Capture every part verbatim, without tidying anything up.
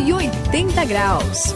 e oitenta graus.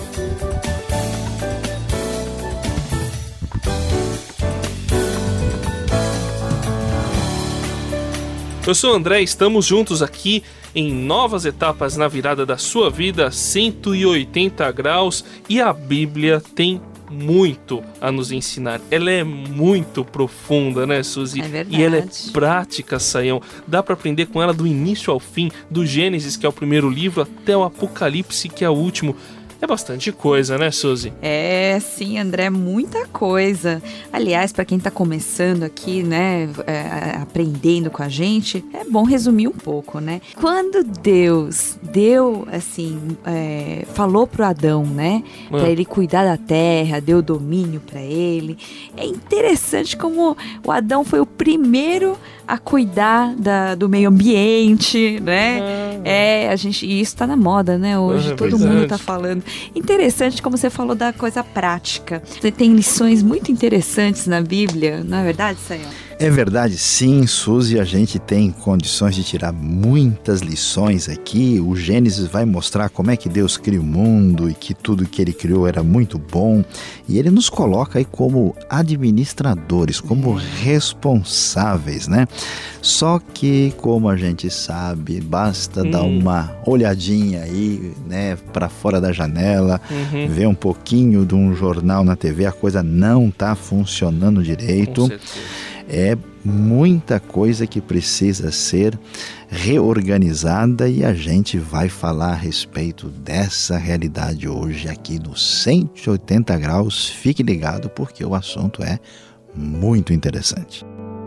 Eu sou o André, estamos juntos aqui em novas etapas na virada da sua vida, cento e oitenta graus, e a Bíblia tem muito a nos ensinar. Ela é muito profunda, né, Suzy? É verdade. E ela é prática, Sayão. Dá para aprender com ela do início ao fim, do Gênesis, que é o primeiro livro, até o Apocalipse, que é o último. É bastante coisa, né, Suzy? É, sim, André, muita coisa. Aliás, para quem está começando aqui, né, é, aprendendo com a gente, é bom resumir um pouco, né? Quando Deus deu, assim, é, falou pro Adão, né, ah. para ele cuidar da terra, deu domínio para ele, é interessante como o Adão foi o primeiro a cuidar da, do meio ambiente, né? Ah. É, a gente, e isso tá na moda, né? Hoje ah, todo verdade. mundo tá falando. Interessante como você falou da coisa prática. Tem lições muito interessantes na Bíblia, não é verdade, Sayão? É verdade, sim, Suzy, a gente tem condições de tirar muitas lições aqui. O Gênesis vai mostrar como é que Deus cria o mundo e que tudo que ele criou era muito bom. E ele nos coloca aí como administradores, como responsáveis, né? Só que, como a gente sabe, basta hum. dar uma olhadinha aí, né, para fora da janela, uhum. ver um pouquinho de um jornal na T V, a coisa não tá funcionando direito. Com certeza. É muita coisa que precisa ser reorganizada e a gente vai falar a respeito dessa realidade hoje aqui no cento e oitenta graus. Fique ligado porque o assunto é muito interessante.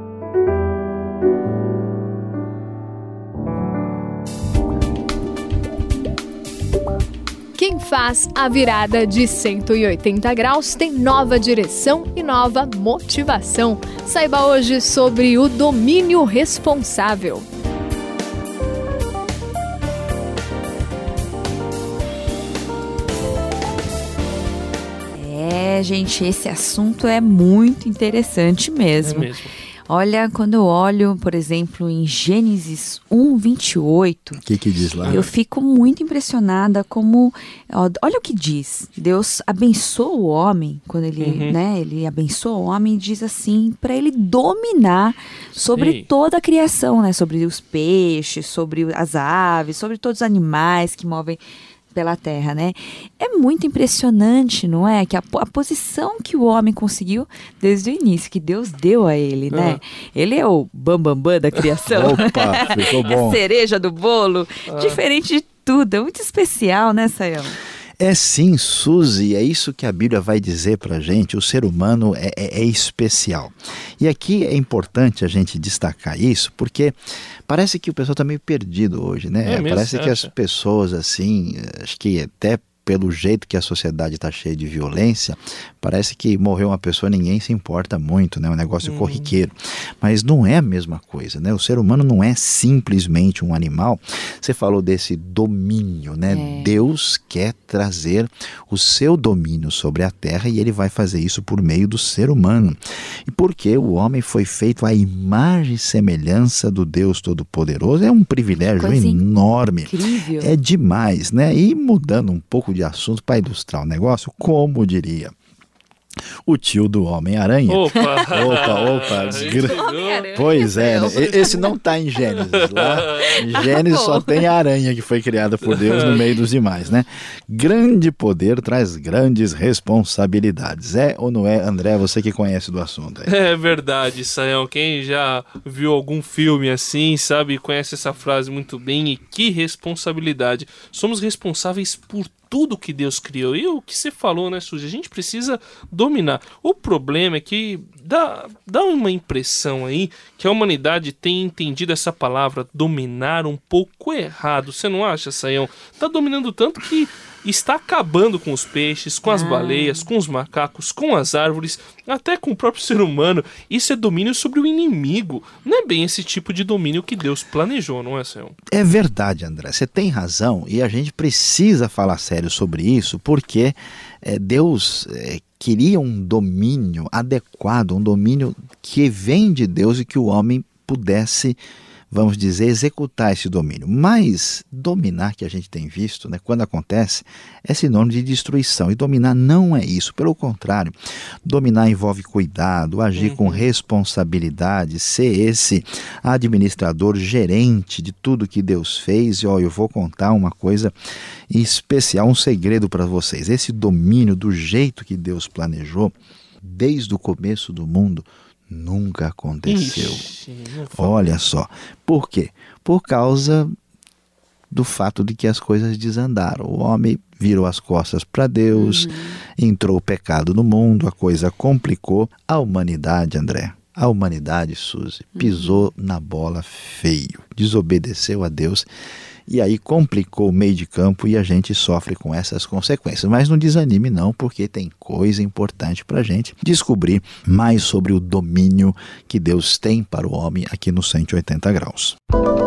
Quem faz a virada de cento e oitenta graus tem nova direção e nova motivação. Saiba hoje sobre o domínio responsável. É, gente, esse assunto é muito interessante mesmo. É mesmo. Olha, quando eu olho, por exemplo, em Gênesis um, vinte e oito... O que que diz lá? Eu fico muito impressionada como... Ó, olha o que diz. Deus abençoa o homem, quando ele, uhum. né, ele abençoa o homem e diz assim, para ele dominar sobre Sim. toda a criação, né? Sobre os peixes, sobre as aves, sobre todos os animais que movem pela terra, né? É muito impressionante, não é? Que a, a posição que o homem conseguiu desde o início, que Deus deu a ele, né? Ah. Ele é o bambambam bam, bam da criação. Opa, ficou bom. A cereja do bolo, ah. diferente de tudo, é muito especial, né, Sayão? É sim, Suzy, é isso que a Bíblia vai dizer pra gente, o ser humano é, é, é especial. E aqui é importante a gente destacar isso, porque parece que o pessoal está meio perdido hoje, né? É parece que as pessoas, assim, acho que até pelo jeito que a sociedade está cheia de violência, parece que morreu uma pessoa, ninguém se importa muito, né? Um negócio hum. corriqueiro. Mas não é a mesma coisa, né? O ser humano não é simplesmente um animal. Você falou desse domínio, né? É. Deus quer trazer o seu domínio sobre a terra e ele vai fazer isso por meio do ser humano. E porque o homem foi feito à imagem e semelhança do Deus Todo-Poderoso, é um privilégio Coisa enorme. Incrível. É demais, né? E mudando um pouco de assunto para ilustrar o negócio, como diria o tio do Homem-Aranha. Opa! Opa, opa! Homem-Aranha. Pois é, né? Esse não está em Gênesis. Lá em Gênesis só tem a aranha que foi criada por Deus no meio dos demais, né? Grande poder traz grandes responsabilidades. É ou não é, André? Você que conhece do assunto. Aí. É verdade, Sayão. Quem já viu algum filme assim, sabe, conhece essa frase muito bem. E que responsabilidade. Somos responsáveis por tudo que Deus criou. E o que você falou, né, Suzy? A gente precisa dominar. O problema é que dá, dá uma impressão aí que a humanidade tem entendido essa palavra dominar um pouco errado. Você não acha, Sayão? Tá dominando tanto que está acabando com os peixes, com as ah. baleias, com os macacos, com as árvores, até com o próprio ser humano. Isso é domínio sobre o inimigo. Não é bem esse tipo de domínio que Deus planejou, não é, Sayão? É verdade, André. Você tem razão e a gente precisa falar sério sobre isso porque é, Deus é, queria um domínio adequado, um domínio que vem de Deus e que o homem pudesse vamos dizer, executar esse domínio. Mas dominar, que a gente tem visto, né, quando acontece, é sinônimo de destruição. E dominar não é isso. Pelo contrário, dominar envolve cuidado, agir uhum. com responsabilidade, ser esse administrador, gerente de tudo que Deus fez. E ó, eu vou contar uma coisa especial, um segredo para vocês. Esse domínio do jeito que Deus planejou, desde o começo do mundo, nunca aconteceu. Ixi, olha só. Por quê? Por causa do fato de que as coisas desandaram. O homem virou as costas para Deus, uhum. entrou o pecado no mundo, a coisa complicou. A humanidade, André, a humanidade, Suzy, pisou uhum. na bola feio, desobedeceu a Deus. E aí complicou o meio de campo e a gente sofre com essas consequências. Mas não desanime não, porque tem coisa importante para a gente descobrir mais sobre o domínio que Deus tem para o homem aqui no cento e oitenta graus.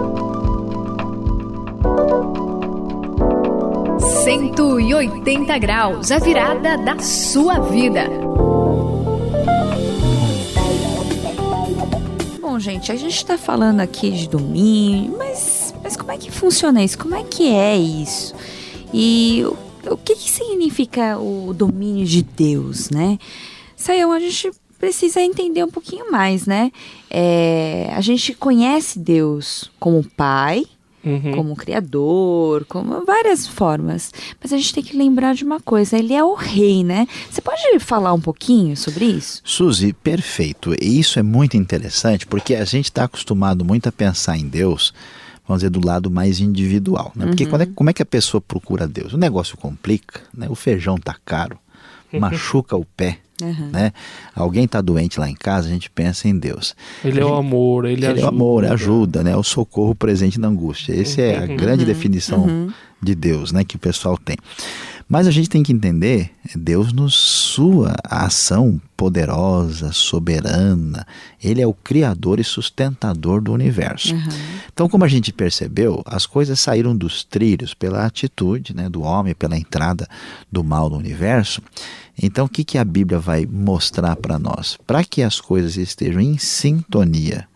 cento e oitenta graus, a virada da sua vida. Bom, gente, a gente está falando aqui de domínio, mas... Mas como é que funciona isso? Como é que é isso? E o, o que, que significa o domínio de Deus, né? Sayão, a gente precisa entender um pouquinho mais, né? É, a gente conhece Deus como Pai, uhum. como Criador, como várias formas. Mas a gente tem que lembrar de uma coisa, Ele é o Rei, né? Você pode falar um pouquinho sobre isso? Suzy, perfeito. E isso é muito interessante, porque a gente está acostumado muito a pensar em Deus, vamos dizer, do lado mais individual, né? Porque uhum. quando é, como é que a pessoa procura Deus? O negócio complica, né? O feijão tá caro, machuca o pé, uhum. né? Alguém está doente lá em casa, a gente pensa em Deus. Ele é o amor, ele, ele ajuda. Ele é o amor, ajuda, né? O socorro presente na angústia. Essa é a uhum. grande uhum. definição uhum. de Deus, né? Que o pessoal tem. Mas a gente tem que entender, Deus nos sua ação poderosa, soberana, Ele é o criador e sustentador do universo. Uhum. Então, como a gente percebeu, as coisas saíram dos trilhos pela atitude, né, do homem, pela entrada do mal no universo. Então, o que, que a Bíblia vai mostrar para nós? Para que as coisas estejam em sintonia,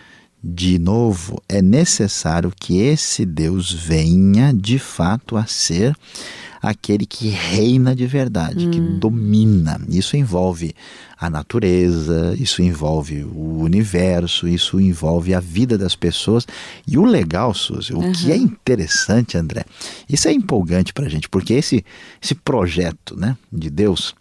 de novo, é necessário que esse Deus venha de fato a ser aquele que reina de verdade, hum. que domina. Isso envolve a natureza, isso envolve o universo, isso envolve a vida das pessoas. E o legal, Suzy, o uhum. que é interessante, André, isso é empolgante para a gente, porque esse, esse projeto, né, de Deus,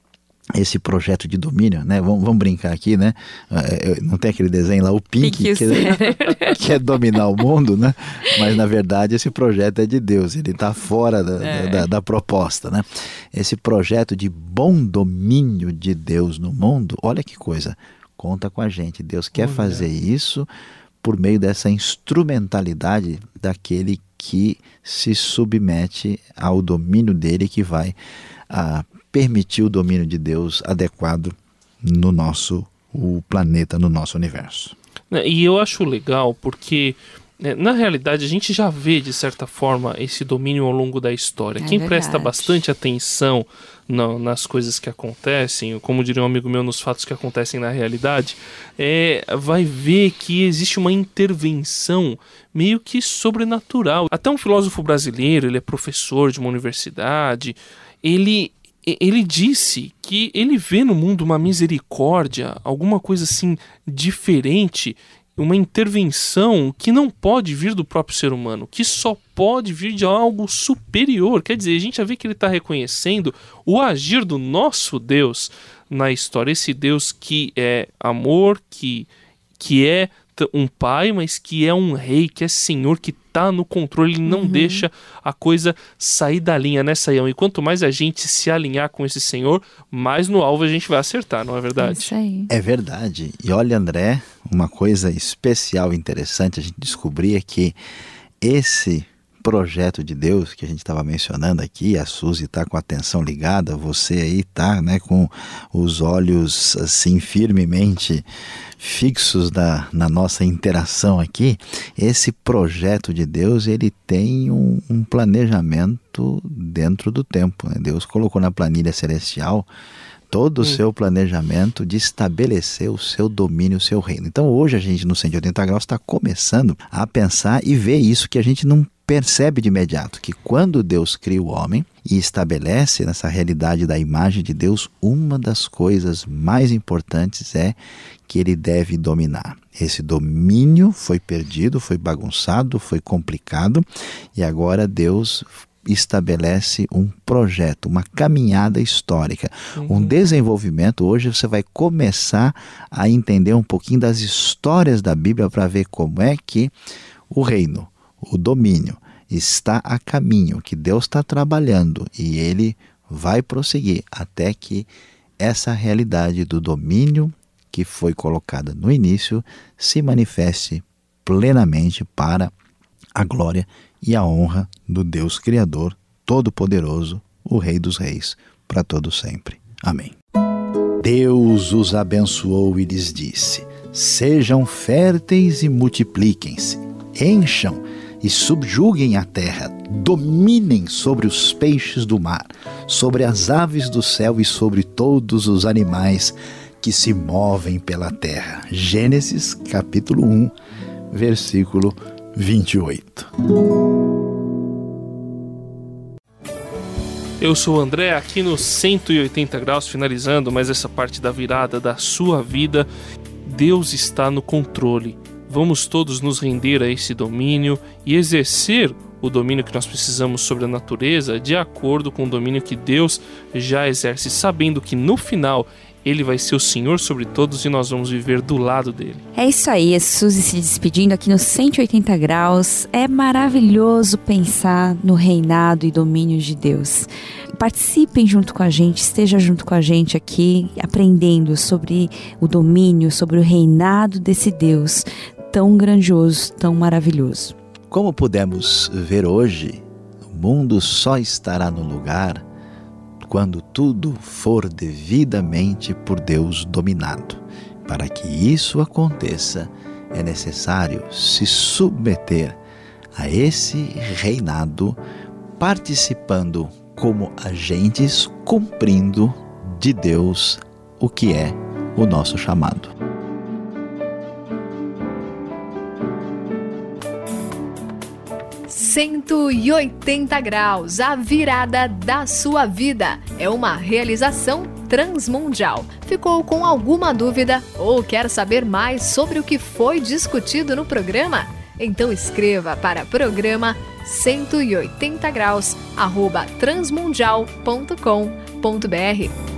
esse projeto de domínio, né? Vamos, vamos brincar aqui, né? Não tem aquele desenho lá, o Pink, que, é, que é dominar o mundo, né? Mas, na verdade, esse projeto é de Deus. Ele está fora da, é. da, da proposta, né? Esse projeto de bom domínio de Deus no mundo, olha que coisa, conta com a gente. Deus quer oh, fazer Deus. isso por meio dessa instrumentalidade daquele que se submete ao domínio dele, que vai a permitir o domínio de Deus adequado no nosso o planeta, no nosso universo. E eu acho legal porque, na realidade, a gente já vê, de certa forma, esse domínio ao longo da história. É Quem verdade. presta bastante atenção na, nas coisas que acontecem, como diria um amigo meu, nos fatos que acontecem na realidade, é, vai ver que existe uma intervenção meio que sobrenatural. Até um filósofo brasileiro, ele é professor de uma universidade, ele... Ele disse que ele vê no mundo uma misericórdia, alguma coisa assim diferente, uma intervenção que não pode vir do próprio ser humano, que só pode vir de algo superior. Quer dizer, a gente já vê que ele está reconhecendo o agir do nosso Deus na história. Esse Deus que é amor, que, que é um pai, mas que é um rei, que é senhor, que está no controle, ele não uhum. deixa a coisa sair da linha, né, Sayão? E quanto mais a gente se alinhar com esse senhor, mais no alvo a gente vai acertar, não é verdade? É isso aí. É verdade. E olha, André, uma coisa especial e interessante a gente descobrir é que esse projeto de Deus que a gente estava mencionando aqui, a Suzy está com a atenção ligada, você aí está, né, com os olhos assim firmemente fixos na, na nossa interação aqui. Esse projeto de Deus, ele tem um, um planejamento dentro do tempo, né? Deus colocou na planilha celestial todo o hum. seu planejamento de estabelecer o seu domínio, o seu reino. Então hoje a gente no cento e oitenta graus está começando a pensar e ver isso que a gente não percebe de imediato, que quando Deus cria o homem e estabelece nessa realidade da imagem de Deus, uma das coisas mais importantes é que ele deve dominar. Esse domínio foi perdido, foi bagunçado, foi complicado, e agora Deus estabelece um projeto, uma caminhada histórica, uhum. um desenvolvimento. Hoje você vai começar a entender um pouquinho das histórias da Bíblia para ver como é que o reino, o domínio, está a caminho, que Deus está trabalhando e ele vai prosseguir até que essa realidade do domínio que foi colocada no início se manifeste plenamente para a glória e a honra do Deus Criador, Todo-Poderoso, o Rei dos Reis, para todo sempre. Amém. Deus os abençoou e lhes disse: sejam férteis e multipliquem-se, encham e subjuguem a terra, dominem sobre os peixes do mar, sobre as aves do céu e sobre todos os animais que se movem pela terra. Gênesis capítulo um, versículo vinte e oito. Eu sou o André, aqui no cento e oitenta graus, finalizando mais essa parte da virada da sua vida. Deus está no controle. Vamos todos nos render a esse domínio e exercer o domínio que nós precisamos sobre a natureza de acordo com o domínio que Deus já exerce, sabendo que no final Ele vai ser o Senhor sobre todos e nós vamos viver do lado dele. É isso aí, é Suzy se despedindo aqui no cento e oitenta graus. É maravilhoso pensar no reinado e domínio de Deus. Participem junto com a gente, esteja junto com a gente aqui, aprendendo sobre o domínio, sobre o reinado desse Deus tão grandioso, tão maravilhoso. Como pudemos ver hoje, o mundo só estará no lugar quando tudo for devidamente por Deus dominado. Para que isso aconteça, é necessário se submeter a esse reinado, participando como agentes, cumprindo de Deus o que é o nosso chamado. cento e oitenta graus, a virada da sua vida. É uma realização transmundial. Ficou com alguma dúvida ou quer saber mais sobre o que foi discutido no programa? Então escreva para programa cento e oitenta graus arroba transmundial ponto com ponto br.